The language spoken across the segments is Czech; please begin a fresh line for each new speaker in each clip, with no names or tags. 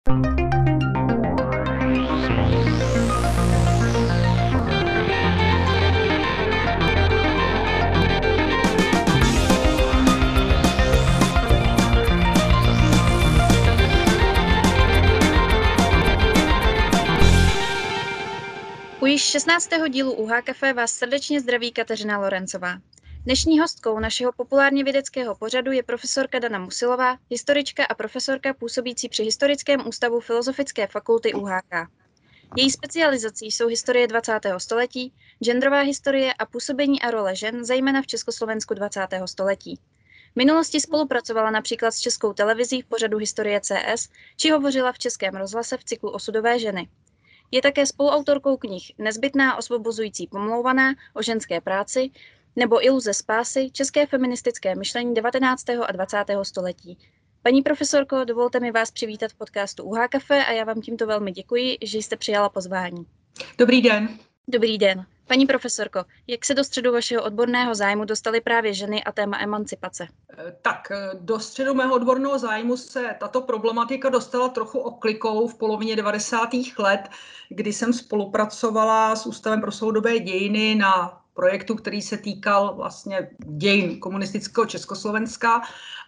U již 16. dílu UH Café vás srdečně zdraví Kateřina Lorencová. Dnešní hostkou našeho populárně vědeckého pořadu je profesorka Dana Musilová, historička a profesorka působící při Historickém ústavu Filozofické fakulty UHK. Její specializací jsou historie 20. století, genderová historie a působení a role žen, zejména v Československu 20. století. V minulosti spolupracovala například s Českou televizí v pořadu Historie CS, či hovořila v Českém rozhlase v cyklu Osudové ženy. Je také spoluautorkou knih Nezbytná osvobozující pomlouvaná o ženské práci nebo Iluze spásy, české feministické myšlení 19. a 20. století. Paní profesorko, dovolte mi vás přivítat v podcastu UH Café a já vám tímto velmi děkuji, že jste přijala pozvání.
Dobrý den.
Dobrý den. Paní profesorko, jak se do středu vašeho odborného zájmu dostaly právě ženy a téma emancipace?
Tak do středu mého odborného zájmu se tato problematika dostala trochu oklikou v polovině 90. let, kdy jsem spolupracovala s Ústavem pro soudobé dějiny na projektu, který se týkal vlastně dějin komunistického Československa.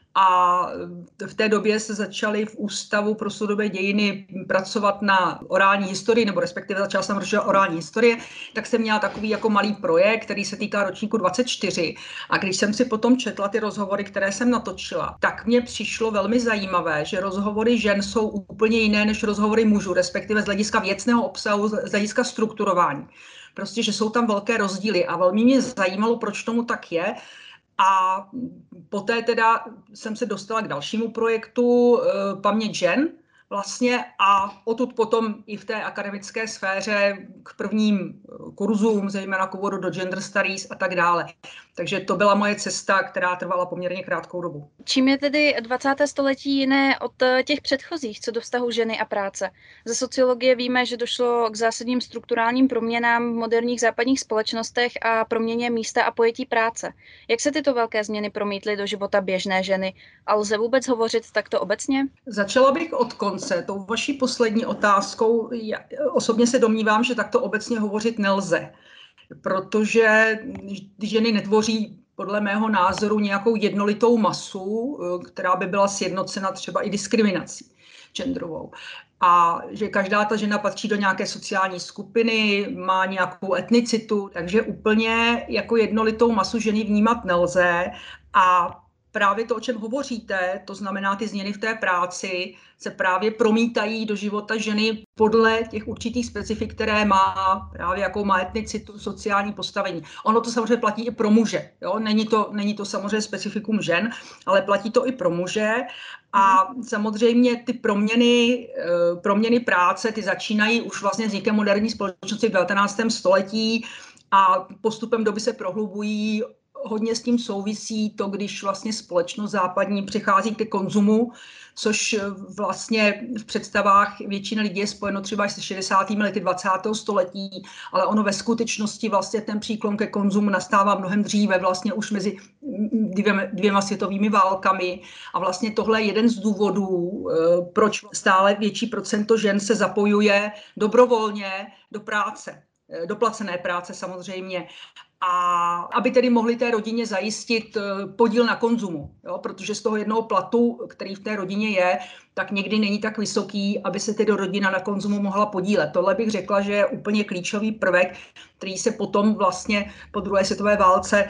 A v té době se začaly v Ústavu pro soudobé dějiny pracovat na orální historii, nebo respektive začala jsem rozšiřovat orální historie, tak jsem měla takový jako malý projekt, který se týká ročníku 24. A když jsem si potom četla ty rozhovory, které jsem natočila, tak mně přišlo velmi zajímavé, že rozhovory žen jsou úplně jiné než rozhovory mužů, respektive z hlediska věcného obsahu, z hlediska strukturování. Prostě, že jsou tam velké rozdíly a velmi mě zajímalo, proč tomu tak je. A poté teda jsem se dostala k dalšímu projektu Paměť žen vlastně a odtud potom i v té akademické sféře k prvním kurzům, zejména k úvodu do gender studies a tak dále. Takže to byla moje cesta, která trvala poměrně krátkou dobu.
Čím je tedy 20. století jiné od těch předchozích, co do vztahu ženy a práce? Ze sociologie víme, že došlo k zásadním strukturálním proměnám v moderních západních společnostech a proměně místa a pojetí práce. Jak se tyto velké změny promítly do života běžné ženy? A lze vůbec hovořit takto obecně?
Začala bych od konce. Tou vaší poslední otázkou. Já osobně se domnívám, že takto obecně hovořit nelze, protože ženy netvoří podle mého názoru nějakou jednolitou masu, která by byla sjednocena třeba i diskriminací genderovou. A že každá ta žena patří do nějaké sociální skupiny, má nějakou etnicitu, takže úplně jako jednolitou masu ženy vnímat nelze. A právě to, o čem hovoříte, to znamená ty změny v té práci, se právě promítají do života ženy podle těch určitých specifik, které má, právě jakou má etnicitu, sociální postavení. Ono to samozřejmě platí i pro muže. Jo? Není to samozřejmě specifikum žen, ale platí to i pro muže. A samozřejmě ty proměny práce, ty začínají už vlastně vznikem moderní společnosti v 19. století a postupem doby se prohlubují. Hodně s tím souvisí to, když vlastně společnost západní přichází ke konzumu, což vlastně v představách většina lidí je spojeno třeba se 60. lety 20. století, ale ono ve skutečnosti vlastně ten příklon ke konzumu nastává mnohem dříve, vlastně už mezi dvěma světovými válkami. A vlastně tohle je jeden z důvodů, proč stále větší procento žen se zapojuje dobrovolně do práce. Do placené práce samozřejmě. A aby tedy mohli té rodině zajistit podíl na konzumu, jo? Protože z toho jednoho platu, který v té rodině je, tak někdy není tak vysoký, aby se tedy rodina na konzumu mohla podílet. Tohle bych řekla, že je úplně klíčový prvek, který se potom vlastně po druhé světové válce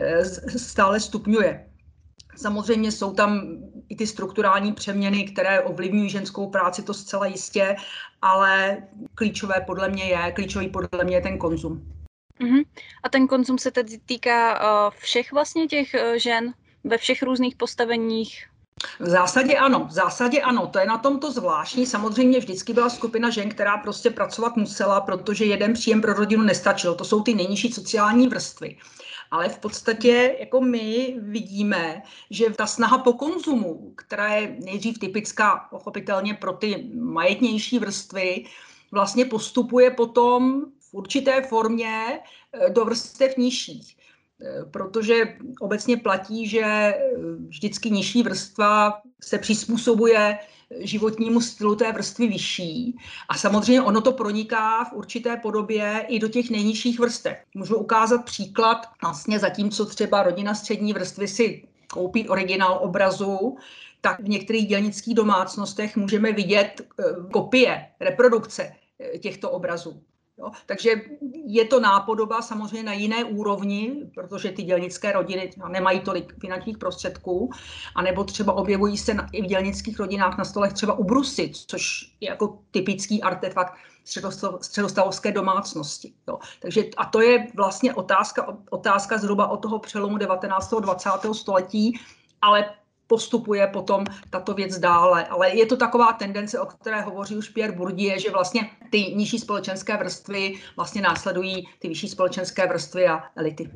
stále stupňuje. Samozřejmě jsou tam i ty strukturální přeměny, které ovlivňují ženskou práci, to zcela jistě, ale klíčový podle mě je ten konzum.
A ten konzum se tedy týká všech vlastně těch žen ve všech různých postaveních?
V zásadě ano, to je na tomto zvláštní. Samozřejmě vždycky byla skupina žen, která prostě pracovat musela, protože jeden příjem pro rodinu nestačil. To jsou ty nejnižší sociální vrstvy. Ale v podstatě jako my vidíme, že ta snaha po konzumu, která je nejdřív typická pochopitelně pro ty majetnější vrstvy, vlastně postupuje potom v určité formě do vrstev nižších. Protože obecně platí, že vždycky nižší vrstva se přizpůsobuje životnímu stylu té vrstvy vyšší. A samozřejmě ono to proniká v určité podobě i do těch nejnižších vrstev. Můžu ukázat příklad, vlastně zatímco třeba rodina střední vrstvy si koupí originál obrazu, tak v některých dělnických domácnostech můžeme vidět kopie, reprodukce těchto obrazů. Jo? Takže je to nápodoba samozřejmě na jiné úrovni, protože ty dělnické rodiny nemají tolik finančních prostředků, anebo třeba objevují se i v dělnických rodinách na stolech třeba ubrusy, což je jako typický artefakt středostavovské domácnosti. Jo. Takže a to je vlastně otázka zhruba od toho přelomu 19. a 20. století, ale postupuje potom tato věc dále. Ale je to taková tendence, o které hovoří už Pierre Bourdieu, že vlastně ty nižší společenské vrstvy vlastně následují ty vyšší společenské vrstvy a elity.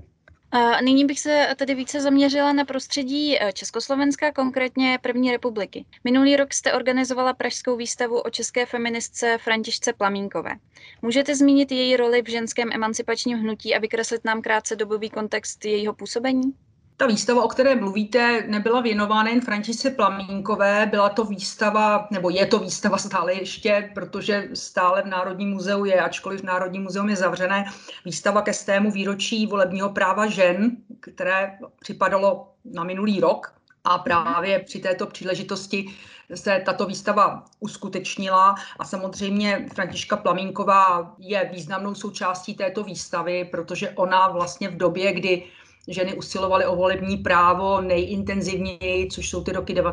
A nyní bych se tedy více zaměřila na prostředí Československa, konkrétně první republiky. Minulý rok jste organizovala pražskou výstavu o české feministce Františce Plamínkové. Můžete zmínit její roli v ženském emancipačním hnutí a vykreslit nám krátce dobový kontext jejího působení?
Ta výstava, o které mluvíte, nebyla věnována jen Františce Plamínkové, byla to výstava, nebo je to výstava stále ještě, protože stále v Národním muzeu je, ačkoliv Národní muzeum je zavřené, výstava ke 100. výročí volebního práva žen, které připadalo na minulý rok. A právě při této příležitosti se tato výstava uskutečnila a samozřejmě Františka Plamínková je významnou součástí této výstavy, protože ona vlastně v době, kdy ženy usilovaly o volební právo nejintenzivněji, což jsou ty roky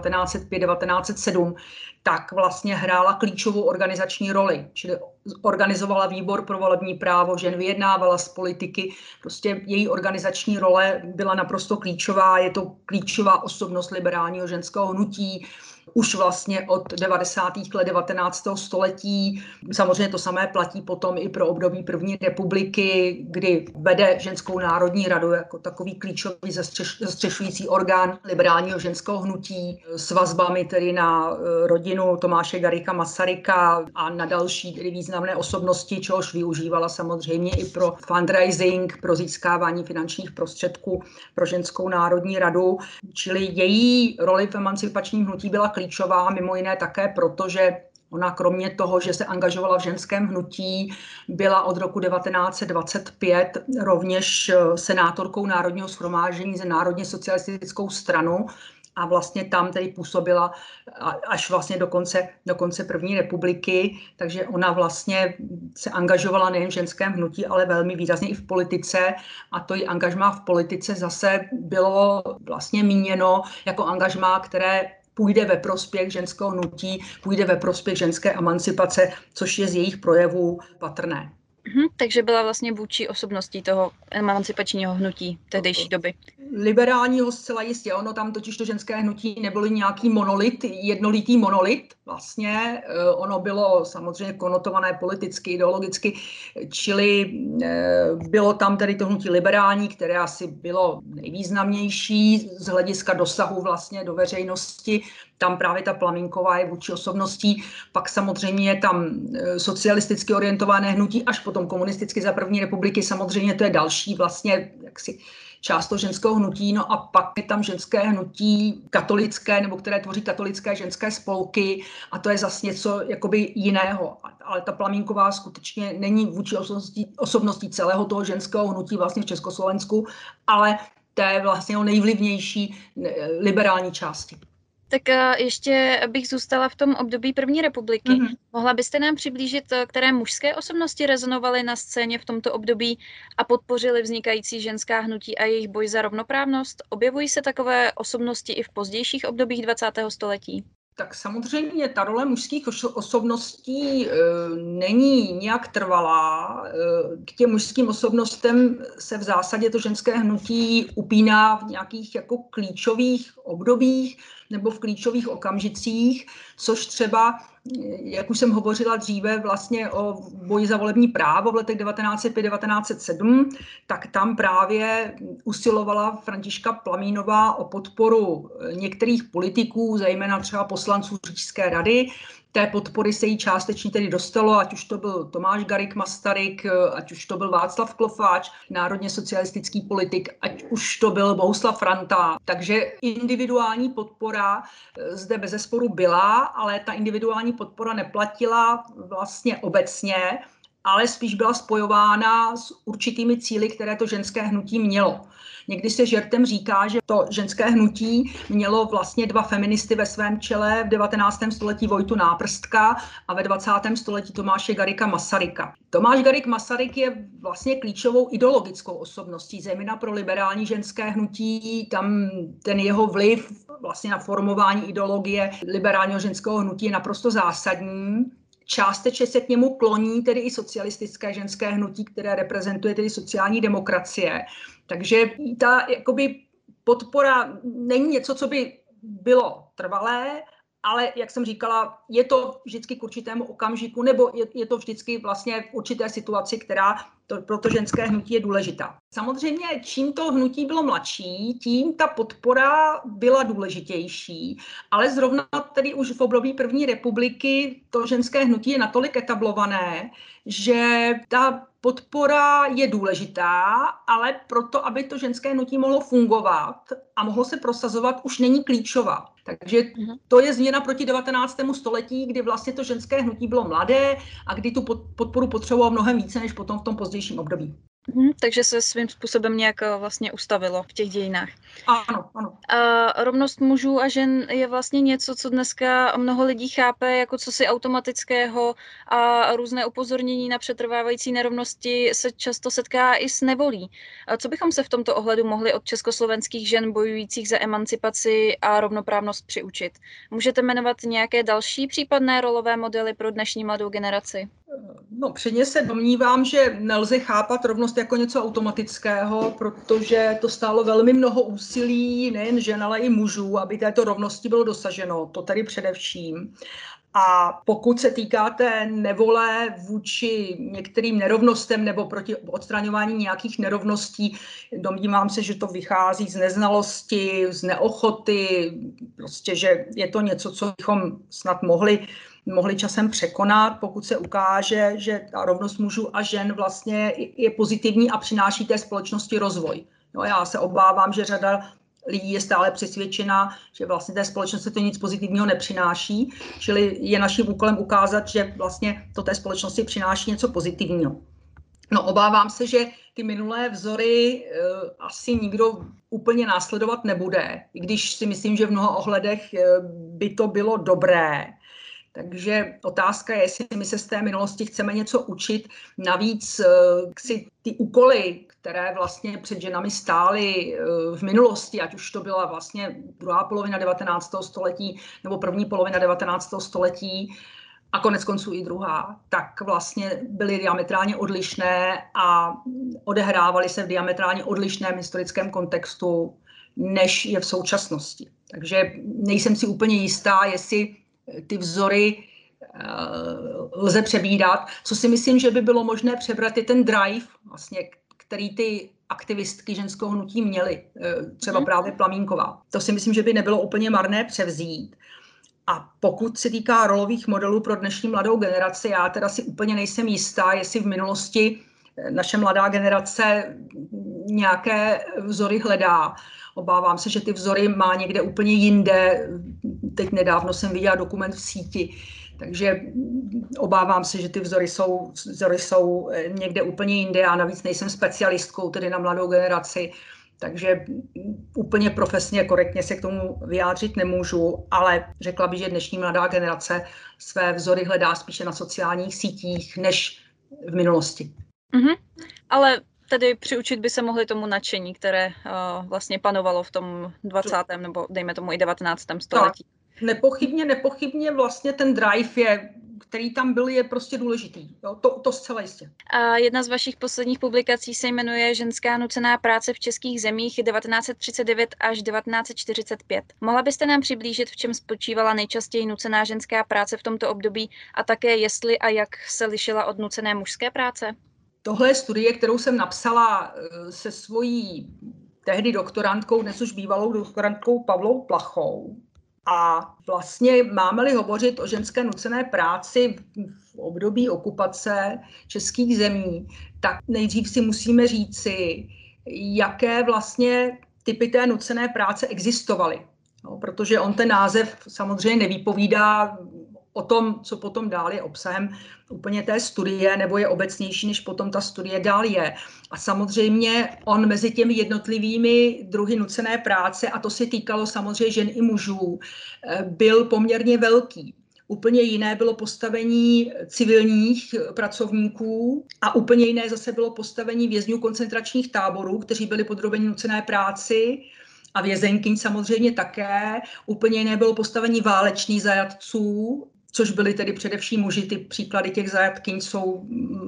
1905-1907, tak vlastně hrála klíčovou organizační roli. Čili organizovala výbor pro volební právo, žen vyjednávala s politiky. Prostě její organizační role byla naprosto klíčová. Je to klíčová osobnost liberálního ženského hnutí už vlastně od 90. let 19. století. Samozřejmě to samé platí potom i pro období první republiky, kdy vede Ženskou národní radu jako takový klíčový zastřešující orgán liberálního ženského hnutí s vazbami tedy na rodinu Tomáše Garrigua Masaryka a na další tedy významné osobnosti, čehož využívala samozřejmě i pro fundraising, pro získávání finančních prostředků pro Ženskou národní radu. Čili její roli v emancipačním hnutí byla klíčová, mimo jiné také proto, že ona kromě toho, že se angažovala v ženském hnutí, byla od roku 1925 rovněž senátorkou Národního shromáždění za národně socialistickou stranu a vlastně tam tedy působila až vlastně do konce první republiky, takže ona vlastně se angažovala nejen v ženském hnutí, ale velmi výrazně i v politice a to její angažmá v politice zase bylo vlastně míněno jako angažmá, které půjde ve prospěch ženského hnutí, půjde ve prospěch ženské emancipace, což je z jejich projevů patrné.
Takže byla vlastně vůdčí osobností toho emancipačního hnutí tehdejší doby.
Liberálního zcela jistě. Ono tam totiž to ženské hnutí nebylo nějaký monolit, jednolitý monolit. Vlastně ono bylo samozřejmě konotované politicky, ideologicky, čili bylo tam tedy to hnutí liberální, které asi bylo nejvýznamnější z hlediska dosahu vlastně do veřejnosti. Tam právě ta Plamínková je vůči osobností. Pak samozřejmě je tam socialisticky orientované hnutí, až potom komunisticky za první republiky. Samozřejmě to je další vlastně jaksi část toho ženského hnutí, no a pak je tam ženské hnutí katolické, nebo které tvoří katolické ženské spolky a to je zase něco jakoby jiného. Ale ta Plamínková skutečně není vůči osobností celého toho ženského hnutí vlastně v Československu, ale té vlastně nejvlivnější liberální části.
Tak ještě bych zůstala v tom období první republiky. Mohla byste nám přiblížit, které mužské osobnosti rezonovaly na scéně v tomto období a podpořily vznikající ženská hnutí a jejich boj za rovnoprávnost? Objevují se takové osobnosti i v pozdějších obdobích 20. století?
Tak samozřejmě ta role mužských osobností není nějak trvalá. K těm mužským osobnostem se v zásadě to ženské hnutí upíná v nějakých jako klíčových obdobích nebo v klíčových okamžicích, což třeba, jak už jsem hovořila dříve vlastně o boji za volební právo v letech 1905-1907, tak tam právě usilovala Františka Plamínová o podporu některých politiků, zejména třeba poslanců Říšské rady, Té podpory se jí částečně tedy dostalo, ať už to byl Tomáš Garrigue Masaryk, ať už to byl Václav Klofáč, národně socialistický politik, ať už to byl Bohuslav Franta. Takže individuální podpora zde bezesporu byla, ale ta individuální podpora neplatila vlastně obecně, ale spíš byla spojována s určitými cíli, které to ženské hnutí mělo. Někdy se žertem říká, že to ženské hnutí mělo vlastně dva feministy ve svém čele, v 19. století Vojtu Náprstka a ve 20. století Tomáše Garrigua Masaryka. Tomáš Garrigue Masaryk je vlastně klíčovou ideologickou osobností, zejména pro liberální ženské hnutí. Tam ten jeho vliv vlastně na formování ideologie liberálního ženského hnutí je naprosto zásadní. Částečně se k němu kloní tedy i socialistické ženské hnutí, které reprezentuje tedy sociální demokracie. Takže ta jakoby podpora není něco, co by bylo trvalé, ale jak jsem říkala, je to vždycky k určitému okamžiku, nebo je to vždycky vlastně v určité situaci, která pro to ženské hnutí je důležitá. Samozřejmě, čím to hnutí bylo mladší, tím ta podpora byla důležitější, ale zrovna tedy už v období první republiky to ženské hnutí je natolik etablované, že ta podpora je důležitá, ale proto, aby to ženské hnutí mohlo fungovat a mohlo se prosazovat, už není klíčová. Takže to je změna proti 19. století, kdy vlastně to ženské hnutí bylo mladé a kdy tu podporu potřebovalo mnohem více než potom v tom pozdějším období.
Takže se svým způsobem nějak vlastně ustavilo v těch dějinách.
Ano, ano.
A rovnost mužů a žen je vlastně něco, co dneska mnoho lidí chápe jako cosi automatického a různé upozornění na přetrvávající nerovnosti se často setká i s nevolí. A co bychom se v tomto ohledu mohli od československých žen bojujících za emancipaci a rovnoprávnost přiučit? Můžete jmenovat nějaké další případné rolové modely pro dnešní mladou generaci?
No, předně se domnívám, že nelze chápat rovnost jako něco automatického, protože to stálo velmi mnoho úsilí nejen žen, ale i mužů, aby této rovnosti bylo dosaženo. To tedy především. A pokud se týká té nevole vůči některým nerovnostem nebo proti odstraňování nějakých nerovností, domnívám se, že to vychází z neznalosti, z neochoty, prostě, že je to něco, co bychom snad mohli časem překonat, pokud se ukáže, že ta rovnost mužů a žen vlastně je pozitivní a přináší té společnosti rozvoj. No, já se obávám, že řada lidí je stále přesvědčena, že vlastně té společnosti to nic pozitivního nepřináší, čili je naším úkolem ukázat, že vlastně to té společnosti přináší něco pozitivního. No, obávám se, že ty minulé vzory asi nikdo úplně následovat nebude, i když si myslím, že v mnoha ohledech by to bylo dobré. Takže otázka je, jestli my se z té minulosti chceme něco učit. Navíc si ty úkoly, které vlastně před ženami stály v minulosti, ať už to byla vlastně druhá polovina 19. století nebo první polovina 19. století a konec konců i druhá, tak vlastně byly diametrálně odlišné a odehrávaly se v diametrálně odlišném historickém kontextu, než je v současnosti. Takže nejsem si úplně jistá, jestli ty vzory lze přebírat. Co si myslím, že by bylo možné přebrat, je ten drive, vlastně, který ty aktivistky ženského hnutí měly, třeba právě Plamínková. To si myslím, že by nebylo úplně marné převzít. A pokud se týká rolových modelů pro dnešní mladou generaci, já teda si úplně nejsem jistá, jestli v minulosti naše mladá generace nějaké vzory hledá. Obávám se, že ty vzory má někde úplně jinde. Teď nedávno jsem viděla dokument v síti, takže obávám se, že ty vzory jsou někde úplně jinde. Já navíc nejsem specialistkou tedy na mladou generaci, takže úplně profesně korektně se k tomu vyjádřit nemůžu, ale řekla bych, že dnešní mladá generace své vzory hledá spíše na sociálních sítích než v minulosti.
Ale tedy přiučit by se mohli tomu nadšení, které vlastně panovalo v tom 20. nebo dejme tomu i 19. století.
Tak, nepochybně vlastně ten drive, který tam byl, je prostě důležitý. Jo? To zcela jistě.
A jedna z vašich posledních publikací se jmenuje Ženská nucená práce v českých zemích 1939 až 1945. Mohla byste nám přiblížit, v čem spočívala nejčastěji nucená ženská práce v tomto období a také jestli a jak se lišila od nucené mužské práce?
Tohle je studie, kterou jsem napsala se svojí tehdy doktorantkou, dnes už bývalou doktorantkou Pavlou Plachou. A vlastně máme-li hovořit o ženské nucené práci v období okupace českých zemí, tak nejdřív si musíme říci, jaké vlastně typy té nucené práce existovaly. No, protože on ten název samozřejmě nevypovídá o tom, co potom dál je obsahem úplně té studie, nebo je obecnější, než potom ta studie dál je. A samozřejmě on mezi těmi jednotlivými druhy nucené práce, a to se týkalo samozřejmě žen i mužů, byl poměrně velký. Úplně jiné bylo postavení civilních pracovníků a úplně jiné zase bylo postavení vězňů koncentračních táborů, kteří byli podrobeni nucené práci, a vězenkyň samozřejmě také. Úplně jiné bylo postavení válečných zajatců, což byly tedy především muži. Ty příklady těch zajatkyň jsou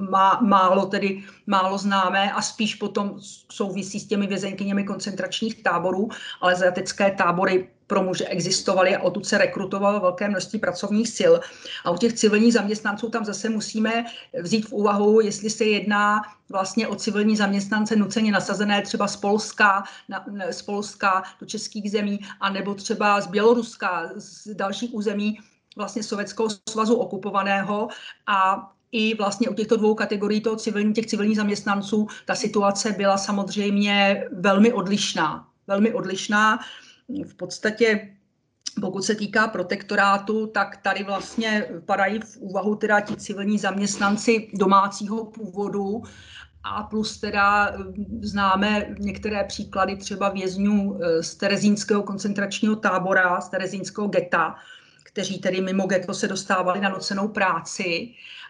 málo známé a spíš potom souvisí s těmi vězenkyněmi koncentračních táborů, ale zajatecké tábory pro muže existovaly a odtud se rekrutovalo velké množství pracovních sil. A u těch civilních zaměstnanců tam zase musíme vzít v úvahu, jestli se jedná vlastně o civilní zaměstnance nuceně nasazené třeba z Polska do českých zemí, anebo třeba z Běloruska, z dalších území vlastně Sovětského svazu okupovaného. A i vlastně u těchto dvou kategorií těch civilních zaměstnanců ta situace byla samozřejmě velmi odlišná. Velmi odlišná. V podstatě, pokud se týká protektorátu, tak tady vlastně padají v úvahu teda ti civilní zaměstnanci domácího původu a plus teda známe některé příklady třeba vězňů z terezínského koncentračního tábora, z terezínského geta, kteří tedy mimo ghetto se dostávali na nucenou práci.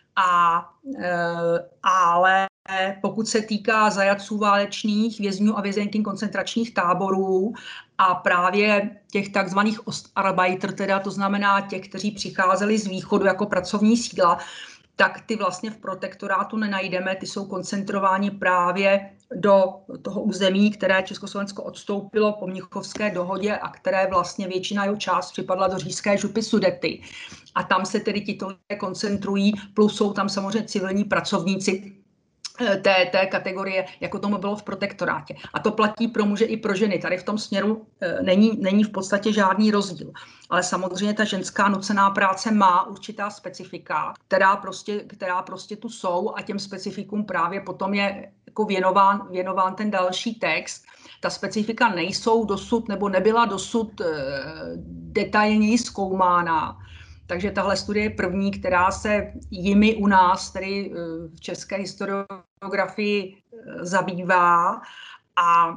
Ale pokud se týká zajatců válečných, vězňů a vězenkyň koncentračních táborů a právě těch takzvaných Ostarbeiter, teda to znamená těch, kteří přicházeli z východu jako pracovní síla, tak ty vlastně v protektorátu nenajdeme, ty jsou koncentrováni právě do toho území, které Československo odstoupilo po Mnichovské dohodě a které vlastně většina jeho část připadla do říšské župy Sudety. A tam se tedy tito lidé koncentrují, plus jsou tam samozřejmě civilní pracovníci té kategorie, jako tomu bylo v protektorátě. A to platí pro muže i pro ženy. Tady v tom směru není v podstatě žádný rozdíl. Ale samozřejmě ta ženská nucená práce má určitá specifika, která prostě tu jsou a těm specifikům právě potom je jako věnován ten další text. Ta specifika nejsou dosud nebo nebyla dosud detailněji zkoumána. Takže tahle studie je první, která se jimi u nás, tedy v české historiografii, zabývá. A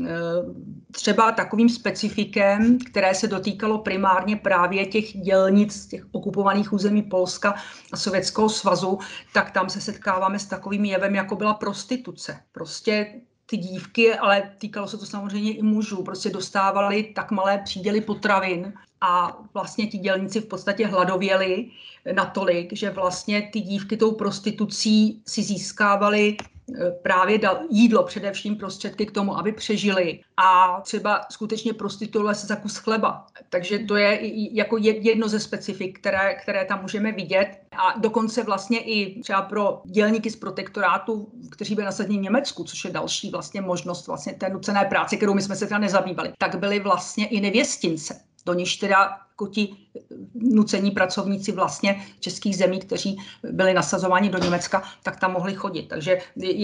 třeba takovým specifikem, které se dotýkalo primárně právě těch dělnic, těch okupovaných území Polska a Sovětského svazu, tak tam se setkáváme s takovým jevem, jako byla prostituce. Prostě ty dívky, ale týkalo se to samozřejmě i mužů, prostě dostávali tak malé příděly potravin a vlastně ti dělníci v podstatě hladověli natolik, že vlastně ty dívky tou prostitucí si získávaly právě jídlo, především prostředky k tomu, aby přežili a třeba skutečně prostituovali se za kus chleba. Takže to je jako jedno ze specifik, které tam můžeme vidět. A dokonce vlastně i třeba pro dělníky z protektorátu, kteří byli nasadeni v Německu, což je další vlastně možnost vlastně té nucené práce, kterou my jsme se teda nezabývali, tak byly vlastně i nevěstince. Do níž teda jako ti nucení pracovníci vlastně českých zemí, kteří byli nasazováni do Německa, tak tam mohli chodit. Takže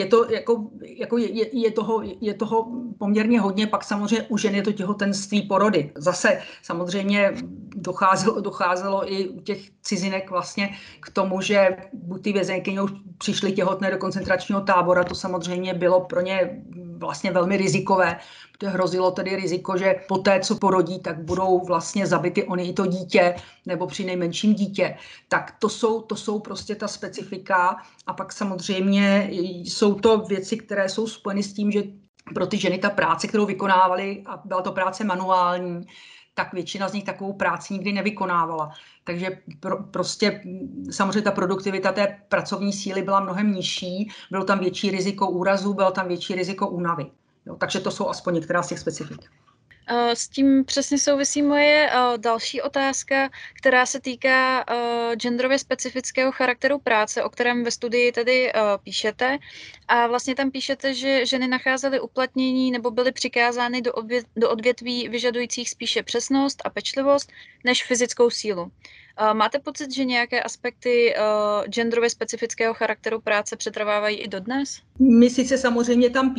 je toho poměrně hodně. Pak samozřejmě u žen je to těhotenství, porody. Zase samozřejmě docházelo i u těch cizinek vlastně k tomu, že buď ty vězenkyně už přišly těhotné do koncentračního tábora, to samozřejmě bylo pro ně vlastně velmi rizikové, protože hrozilo tedy riziko, že poté, co porodí, tak budou vlastně zabity oni i to dítě, nebo při nejmenším dítě. Tak to jsou prostě ta specifika. A pak samozřejmě jsou to věci, které jsou spojeny s tím, že pro ty ženy ta práce, kterou vykonávaly, a byla to práce manuální, tak většina z nich takovou práci nikdy nevykonávala. Takže prostě samozřejmě ta produktivita té pracovní síly byla mnohem nižší, bylo tam větší riziko úrazů, bylo tam větší riziko únavy. Jo, takže to jsou aspoň některá z těch specifik.
S tím přesně souvisí moje další otázka, která se týká genderově specifického charakteru práce, o kterém ve studii tedy píšete. A vlastně tam píšete, že ženy nacházely uplatnění nebo byly přikázány do odvětví vyžadujících spíše přesnost a pečlivost než fyzickou sílu. Máte pocit, že nějaké aspekty genderově specifického charakteru práce přetrvávají i dodnes?
My sice samozřejmě tam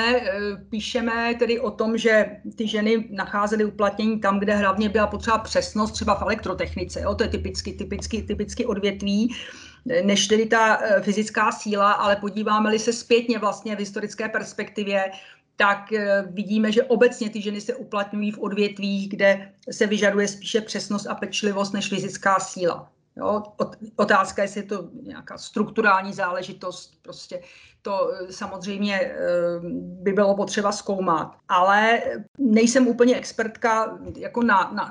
píšeme tedy o tom, že ty ženy nacházely uplatnění tam, kde hlavně byla potřeba přesnost, třeba v elektrotechnice. Jo? To je typicky odvětví, než tedy ta fyzická síla, ale podíváme-li se zpětně vlastně v historické perspektivě, tak vidíme, že obecně ty ženy se uplatňují v odvětvích, kde se vyžaduje spíše přesnost a pečlivost než fyzická síla. Jo? Otázka, jestli je to nějaká strukturální záležitost, prostě to samozřejmě by bylo potřeba zkoumat. Ale nejsem úplně expertka jako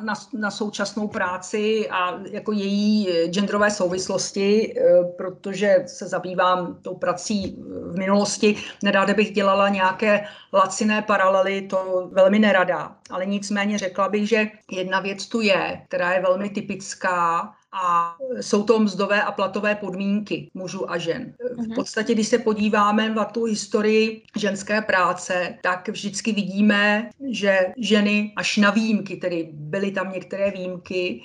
na současnou práci a jako její genderové souvislosti, protože se zabývám tou prací v minulosti. Neráda bych dělala nějaké laciné paralely, to velmi nerada. Ale nicméně řekla bych, že jedna věc tu je, která je velmi typická, a jsou to mzdové a platové podmínky mužů a žen. V podstatě, když se podíváme na tu historii ženské práce, tak vždycky vidíme, že ženy až na výjimky, tedy byly tam některé výjimky,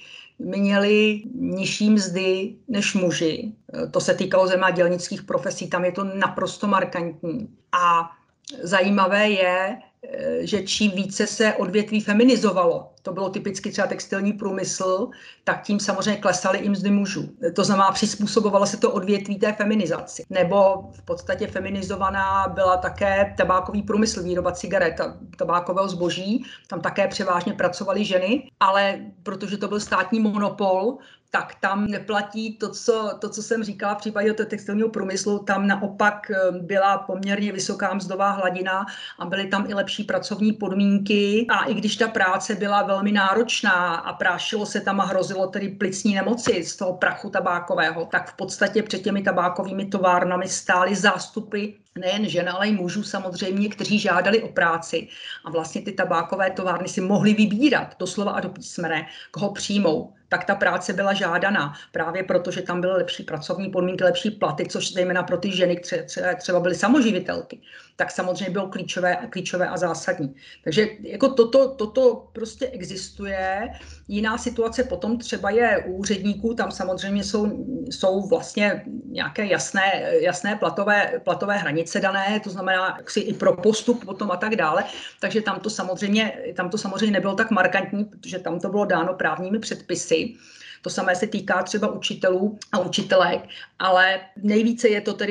měly nižší mzdy než muži. To se týkalo zejména dělnických profesí, tam je to naprosto markantní. A zajímavé je, že čím více se odvětví feminizovalo, to bylo typicky třeba textilní průmysl, tak tím samozřejmě klesaly i mzdy mužů. To znamená, přizpůsobovalo se to odvětví té feminizaci. Nebo v podstatě feminizovaná byla také tabákový průmysl, výroba cigaret, tabákového zboží. Tam také převážně pracovaly ženy, ale protože to byl státní monopol, tak tam neplatí to, co jsem říkala v případě toho textilního průmyslu, tam naopak byla poměrně vysoká mzdová hladina a byly tam i lepší pracovní podmínky. A i když ta práce byla velmi náročná a prášilo se tam a hrozilo tedy plicní nemoci z toho prachu tabákového, tak v podstatě před těmi tabákovými továrnami stály zástupy nejen žen, ale i mužů samozřejmě, kteří žádali o práci. A vlastně ty tabákové továrny si mohly vybírat doslova a do písmene, koho přijmou. Tak ta práce byla žádaná právě proto, že tam byly lepší pracovní podmínky, lepší platy, což zejména pro ty ženy, které třeba byly samoživitelky, tak samozřejmě bylo klíčové a zásadní. Takže jako toto prostě existuje. Jiná situace potom třeba je u úředníků, tam samozřejmě jsou vlastně nějaké jasné platové hranice dané, to znamená i pro postup potom a tak dále. Takže tam to samozřejmě nebylo tak markantní, protože tam to bylo dáno právními předpisy. To samé se týká třeba učitelů a učitelek, ale nejvíce je to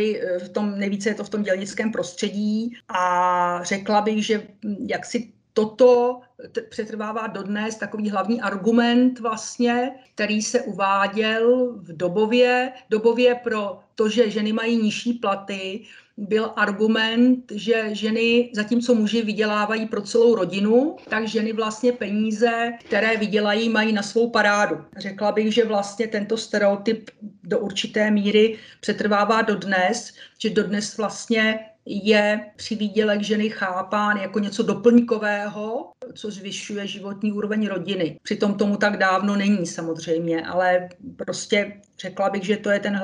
v tom dělnickém prostředí a řekla bych, že jaksi toto přetrvává dodnes takový hlavní argument vlastně, který se uváděl v dobově pro to, že ženy mají nižší platy, byl argument, že ženy, zatímco muži vydělávají pro celou rodinu, tak ženy vlastně peníze, které vydělají, mají na svou parádu. Řekla bych, že vlastně tento stereotyp do určité míry přetrvává dodnes, že dodnes vlastně je přivýdělek ženy chápán jako něco doplňkového, co zvyšuje životní úroveň rodiny. Přitom tomu tak dávno není samozřejmě, ale prostě řekla bych, že to je ten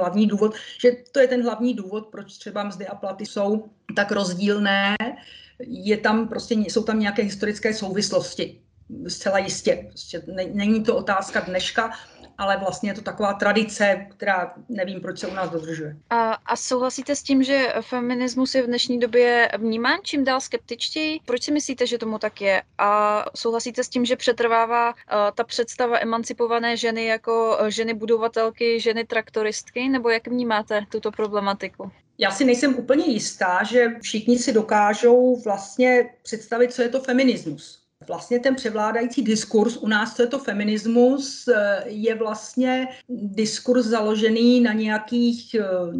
hlavní důvod, proč třeba mzdy a platy jsou tak rozdílné. Jsou tam nějaké historické souvislosti. Zcela jistě. Prostě není to otázka dneška, ale vlastně je to taková tradice, která nevím, proč se u nás dodržuje.
A souhlasíte s tím, že feminismus je v dnešní době vnímán čím dál skeptičtěji? Proč si myslíte, že tomu tak je? A souhlasíte s tím, že přetrvává ta představa emancipované ženy jako ženy budovatelky, ženy traktoristky? Nebo jak vnímáte tuto problematiku?
Já si nejsem úplně jistá, že všichni si dokážou vlastně představit, co je to feminismus. Vlastně ten převládající diskurs u nás, co je to feminismus, je vlastně diskurs založený na nějakých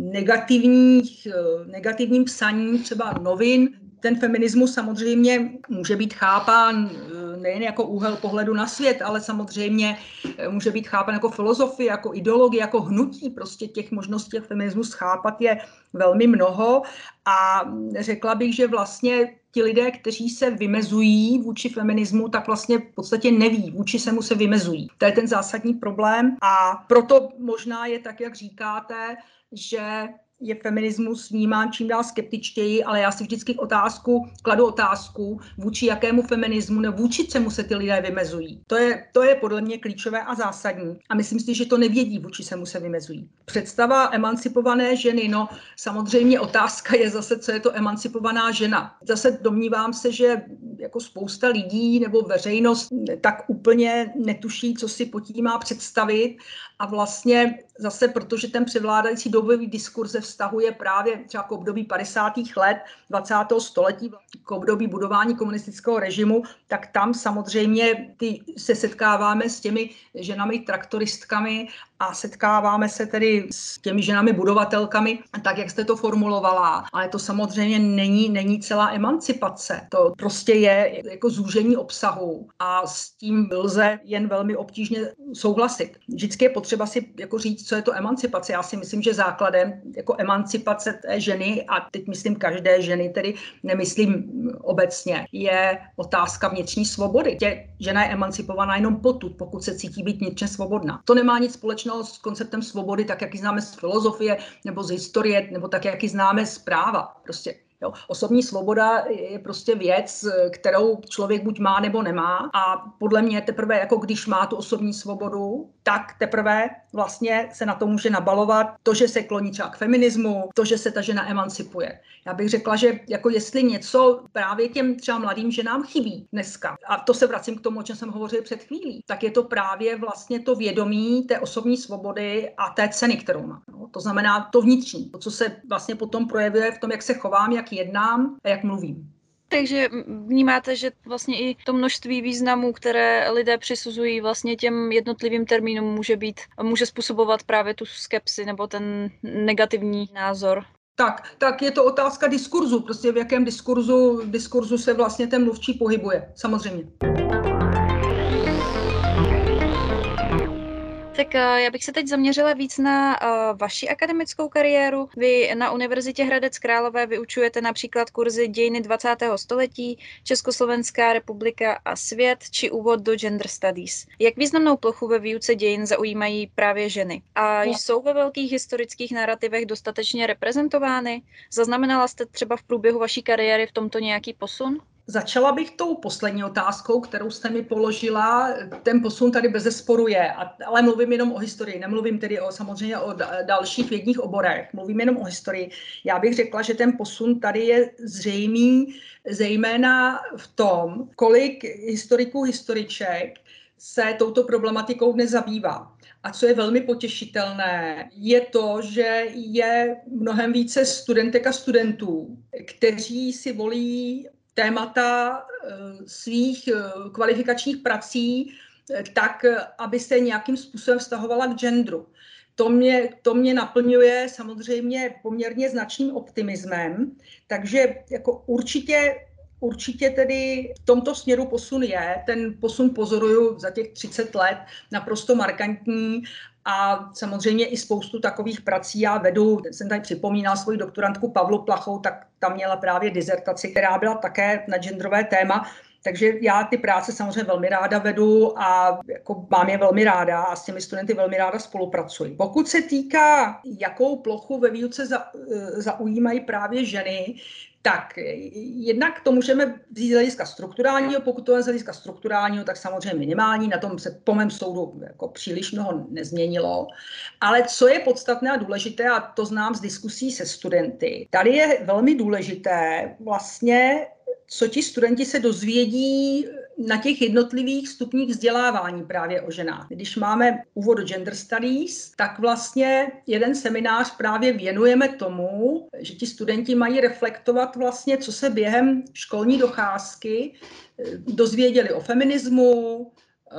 negativním psaní třeba novin. Ten feminismus samozřejmě může být chápán nejen jako úhel pohledu na svět, ale samozřejmě může být chápan jako filozofie, jako ideologie, jako hnutí. Prostě těch možností feminismus chápat je velmi mnoho a řekla bych, že vlastně ti lidé, kteří se vymezují vůči feminismu, tak vlastně v podstatě neví, vůči čemu se vymezují. To je ten zásadní problém a proto možná je tak, jak říkáte, že je feminismus vnímán čím dál skeptičtěji, ale já si vždycky kladu otázku, vůči jakému feminismu nebo vůči čemu se ty lidé vymezují. To je podle mě klíčové a zásadní. A myslím si, že to nevědí, vůči čemu se vymezují. Představa emancipované ženy, no samozřejmě otázka je zase, co je to emancipovaná žena. Zase domnívám se, že jako spousta lidí nebo veřejnost tak úplně netuší, co si pod tím má představit a vlastně zase protože ten převládající dobový diskurs se vztahuje právě třeba k období 50. let 20. století, k období budování komunistického režimu, tak tam samozřejmě se setkáváme s těmi ženami traktoristkami a setkáváme se tedy s těmi ženami budovatelkami, tak jak jste to formulovala. Ale to samozřejmě není celá emancipace. To prostě je jako zúžení obsahu a s tím lze jen velmi obtížně souhlasit. Vždycky je potřeba si jako říct, co je to emancipace. Já si myslím, že základem jako emancipace té ženy, a teď myslím každé ženy, tedy nemyslím obecně, je otázka vnitřní svobody. Žena je emancipovaná jenom potud, pokud se cítí být vnitřně svobodná. To nemá nic společného s konceptem svobody, tak jak ji známe z filozofie nebo z historie, nebo tak jak ji známe z práva. Prostě jo. Osobní svoboda je prostě věc, kterou člověk buď má nebo nemá a podle mě teprve, jako když má tu osobní svobodu, tak teprve vlastně se na to může nabalovat to, že se kloní třeba k feminismu, to, že se ta žena emancipuje. Já bych řekla, že jako jestli něco právě těm třeba mladým ženám chybí dneska, a to se vracím k tomu, o čem jsem hovořil před chvílí, tak je to právě vlastně to vědomí té osobní svobody a té ceny, kterou má. No, to znamená to vnitřní, to, co se vlastně potom projevuje v tom, jak se chovám, jak jednám a jak mluvím.
Takže vnímáte, že vlastně i to množství významů, které lidé přisuzují vlastně těm jednotlivým termínům, může způsobovat právě tu skepsi nebo ten negativní názor?
Tak je to otázka diskurzu, prostě v jakém diskurzu se vlastně ten mluvčí pohybuje, samozřejmě.
Tak já bych se teď zaměřila víc na vaši akademickou kariéru. Vy na Univerzitě Hradec Králové vyučujete například kurzy Dějiny 20. století, Československá republika a svět či úvod do gender studies. Jak významnou plochu ve výuce dějin zaujímají právě ženy? A jsou ve velkých historických narrativech dostatečně reprezentovány? Zaznamenala jste třeba v průběhu vaší kariéry v tomto nějaký posun?
Začala bych tou poslední otázkou, kterou jste mi položila. Ten posun tady bezesporu je, ale mluvím jenom o historii, nemluvím tedy samozřejmě o dalších vědních oborech, mluvím jenom o historii. Já bych řekla, že ten posun tady je zřejmý zejména v tom, kolik historiků, historiček se touto problematikou dnes zabývá. A co je velmi potěšitelné, je to, že je mnohem více studentek a studentů, kteří si volí témata svých kvalifikačních prací tak, aby se nějakým způsobem vztahovala k genderu. To mě naplňuje samozřejmě poměrně značným optimismem, takže jako určitě tedy v tomto směru posun je. Ten posun pozoruju za těch 30 let naprosto markantní a samozřejmě i spoustu takových prací já vedu. Jsem tady připomínal svoji doktorantku Pavlu Plachou, tak tam měla právě dizertaci, která byla také na genderové téma. Takže já ty práce samozřejmě velmi ráda vedu a jako mám je velmi ráda a s těmi studenty velmi ráda spolupracuji. Pokud se týká, jakou plochu ve výuce zaujímají právě ženy, tak jednak to můžeme vzít z hlediska strukturálního, pokud to je z hlediska strukturálního, tak samozřejmě minimální, na tom se po mém soudu jako příliš mnoho nezměnilo. Ale co je podstatné a důležité, a to znám z diskusí se studenty, tady je velmi důležité vlastně, co ti studenti se dozvědí na těch jednotlivých stupních vzdělávání právě o ženách. Když máme úvod do gender studies, tak vlastně jeden seminář právě věnujeme tomu, že ti studenti mají reflektovat vlastně, co se během školní docházky dozvěděli o feminismu,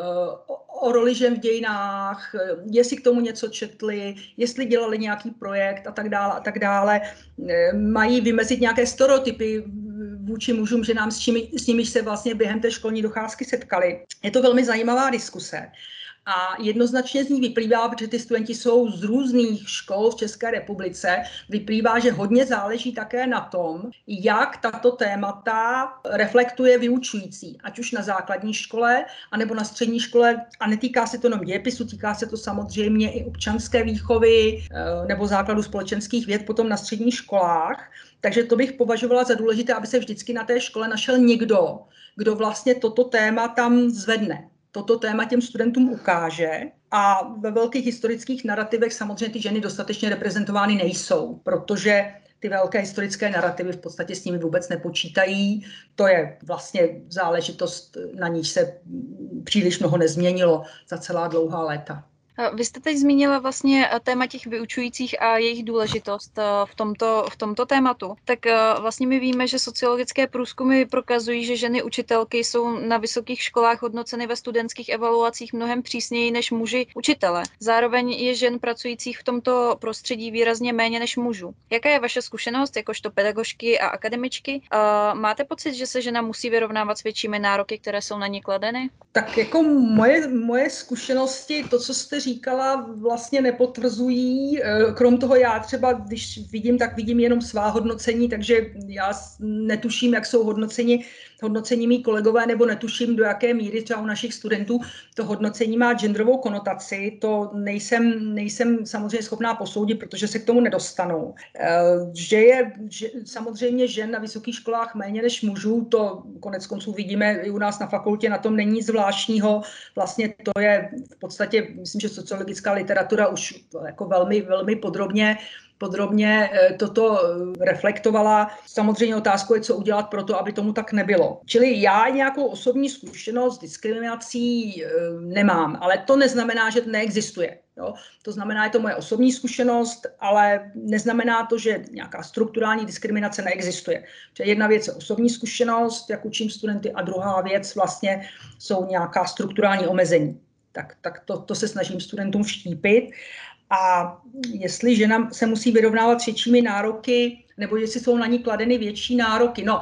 o roli žen v dějinách, jestli k tomu něco četli, jestli dělali nějaký projekt a tak dále. Mají vymezit nějaké stereotypy vůči mužům, ženám, s nimiž se vlastně během té školní docházky setkali. Je to velmi zajímavá diskuse. A jednoznačně z ní vyplývá, protože ty studenti jsou z různých škol v České republice, vyplývá, že hodně záleží také na tom, jak tato témata reflektuje vyučující, ať už na základní škole, anebo na střední škole. A netýká se to jenom dějepisu, týká se to samozřejmě i občanské výchovy nebo základu společenských věd potom na středních školách. Takže to bych považovala za důležité, aby se vždycky na té škole našel někdo, kdo vlastně toto téma tam zvedne. Toto téma těm studentům ukáže a ve velkých historických narrativech samozřejmě ty ženy dostatečně reprezentovány nejsou, protože ty velké historické narrativy v podstatě s nimi vůbec nepočítají. To je vlastně záležitost, na níž se příliš mnoho nezměnilo za celá dlouhá léta.
Vy jste teď zmínila vlastně téma těch vyučujících a jejich důležitost v tomto tématu. Tak vlastně my víme, že sociologické průzkumy prokazují, že ženy učitelky jsou na vysokých školách hodnoceny ve studentských evaluacích mnohem přísněji než muži učitele. Zároveň je žen pracujících v tomto prostředí výrazně méně než mužů. Jaká je vaše zkušenost jakožto pedagožky a akademičky? Máte pocit, že se žena musí vyrovnávat s většími nároky, které jsou na ní kladeny?
Tak jako moje zkušenosti, to, co jste říkala, vlastně nepotvrzují. Krom toho já třeba, když vidím, tak vidím jenom svá hodnocení, takže já netuším, jak jsou hodnocení mý kolegové, nebo netuším, do jaké míry třeba u našich studentů to hodnocení má genderovou konotaci. To nejsem samozřejmě schopná posoudit, protože se k tomu nedostanu. Že samozřejmě žen na vysokých školách méně než mužů, to konec konců vidíme i u nás na fakultě, na tom není zvláštního. Vlastně to je v podstatě, myslím, že sociologická literatura už jako velmi, velmi podrobně toto reflektovala. Samozřejmě otázkou je, co udělat pro to, aby tomu tak nebylo. Čili já nějakou osobní zkušenost s diskriminací nemám, ale to neznamená, že to neexistuje. Jo? To znamená, je to moje osobní zkušenost, ale neznamená to, že nějaká strukturální diskriminace neexistuje. Protože jedna věc je osobní zkušenost, jak učím studenty, a druhá věc vlastně jsou nějaká strukturální omezení. Tak to se snažím studentům vštípit. A jestli žena se musí vyrovnávat s většími nároky, nebo jestli jsou na ní kladeny větší nároky, no,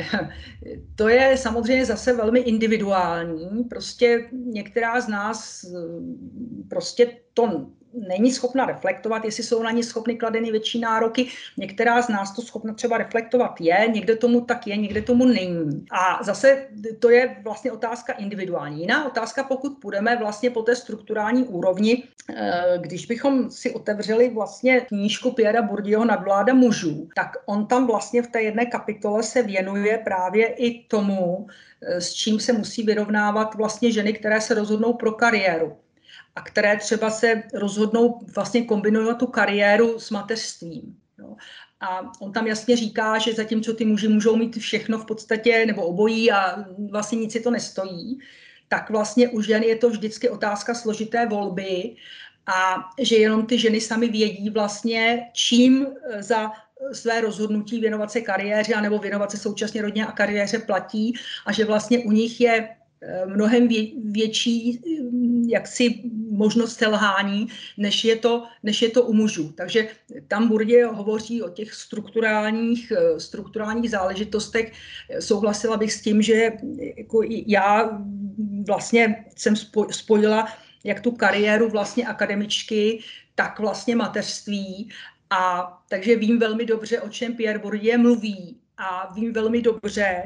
to je samozřejmě zase velmi individuální. Prostě některá z nás prostě to není schopna reflektovat, jestli jsou na ní schopny kladeny větší nároky. Některá z nás to schopna třeba reflektovat je, někde tomu tak je, někde tomu není. A zase to je vlastně otázka individuální. Jiná otázka, pokud půjdeme vlastně po té strukturální úrovni, když bychom si otevřeli vlastně knížku Pierra Bourdieuho Nadvláda mužů, tak on tam vlastně v té jedné kapitole se věnuje právě i tomu, s čím se musí vyrovnávat vlastně ženy, které se rozhodnou pro kariéru a které třeba se rozhodnou vlastně kombinovat tu kariéru s mateřstvím. Jo. A on tam jasně říká, že zatímco ty muži můžou mít všechno v podstatě, nebo obojí a vlastně nic si to nestojí, tak vlastně u žen je to vždycky otázka složité volby a že jenom ty ženy sami vědí vlastně, čím za své rozhodnutí věnovat se kariéře anebo věnovat se současně rodině a kariéře platí a že vlastně u nich je mnohem větší jaksi možnost selhání, než je to u mužů. Takže tam Bourdieu hovoří o těch strukturálních záležitostech. Souhlasila bych s tím, že jako já vlastně jsem spojila jak tu kariéru vlastně akademičky, tak vlastně mateřství. A takže vím velmi dobře, o čem Pierre Bourdieu mluví a vím velmi dobře,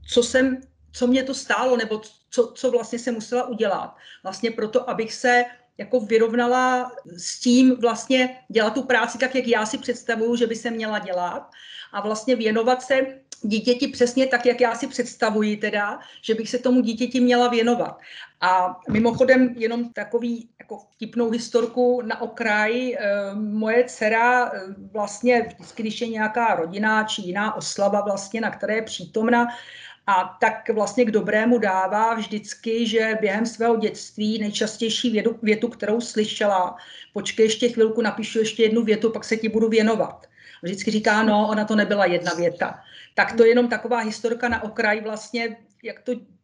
co mě to stálo, nebo co vlastně se musela udělat. Vlastně proto, abych se jako vyrovnala s tím vlastně dělat tu práci tak, jak já si představuju, že by se měla dělat a vlastně věnovat se dítěti přesně tak, jak já si představuji teda, že bych se tomu dítěti měla věnovat. A mimochodem jenom takový jako vtipnou historku na okraj. Moje dcera vlastně vždycky, když je nějaká rodina či jiná oslava vlastně, na které je přítomna, a tak vlastně k dobrému dává vždycky, že během svého dětství nejčastější větu, kterou slyšela, počkej ještě chvilku, napíšu ještě jednu větu, pak se ti budu věnovat. Vždycky říká, no, ona to nebyla jedna věta. Tak to je jenom taková historka na okraj vlastně, jak to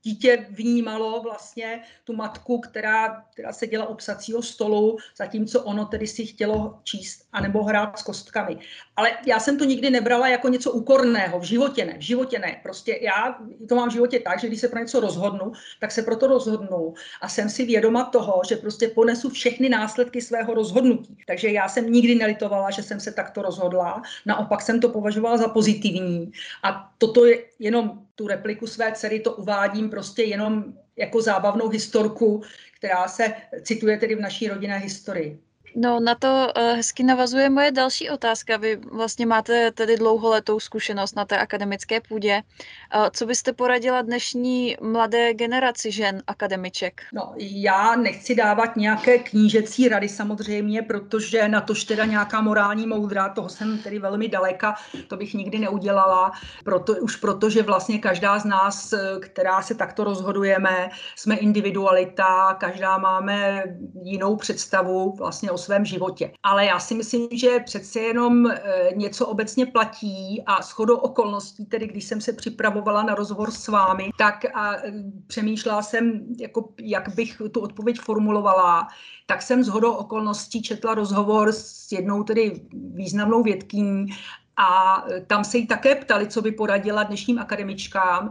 dítě vnímalo vlastně tu matku, která seděla u psacího stolu, zatímco ono tedy si chtělo číst anebo hrát s kostkami. Ale já jsem to nikdy nebrala jako něco úkorného, v životě ne. Prostě já to mám v životě tak, že když se pro něco rozhodnu, tak se pro to rozhodnu a jsem si vědoma toho, že prostě ponesu všechny následky svého rozhodnutí. Takže já jsem nikdy nelitovala, že jsem se takto rozhodla, naopak jsem to považovala za pozitivní a toto je jenom tu repliku své dcery, to uvádím prostě jenom jako zábavnou historku, která se cituje tedy v naší rodinné historii.
No, na to hezky navazuje moje další otázka. Vy vlastně máte tedy dlouholetou zkušenost na té akademické půdě. Co byste poradila dnešní mladé generaci žen akademiček?
No, já nechci dávat nějaké knížecí rady samozřejmě, protože na tož teda nějaká morální moudra, toho jsem tedy velmi daleka, to bych nikdy neudělala, proto, že vlastně každá z nás, která se takto rozhodujeme, jsme individualita, každá máme jinou představu vlastně o svém životě. Ale já si myslím, že přece jenom něco obecně platí a shodou okolností, tedy když jsem se připravovala na rozhovor s vámi, tak a přemýšlela jsem, jak bych tu odpověď formulovala, tak jsem shodou okolností četla rozhovor s jednou tedy významnou vědkyní a tam se jí také ptali, co by poradila dnešním akademičkám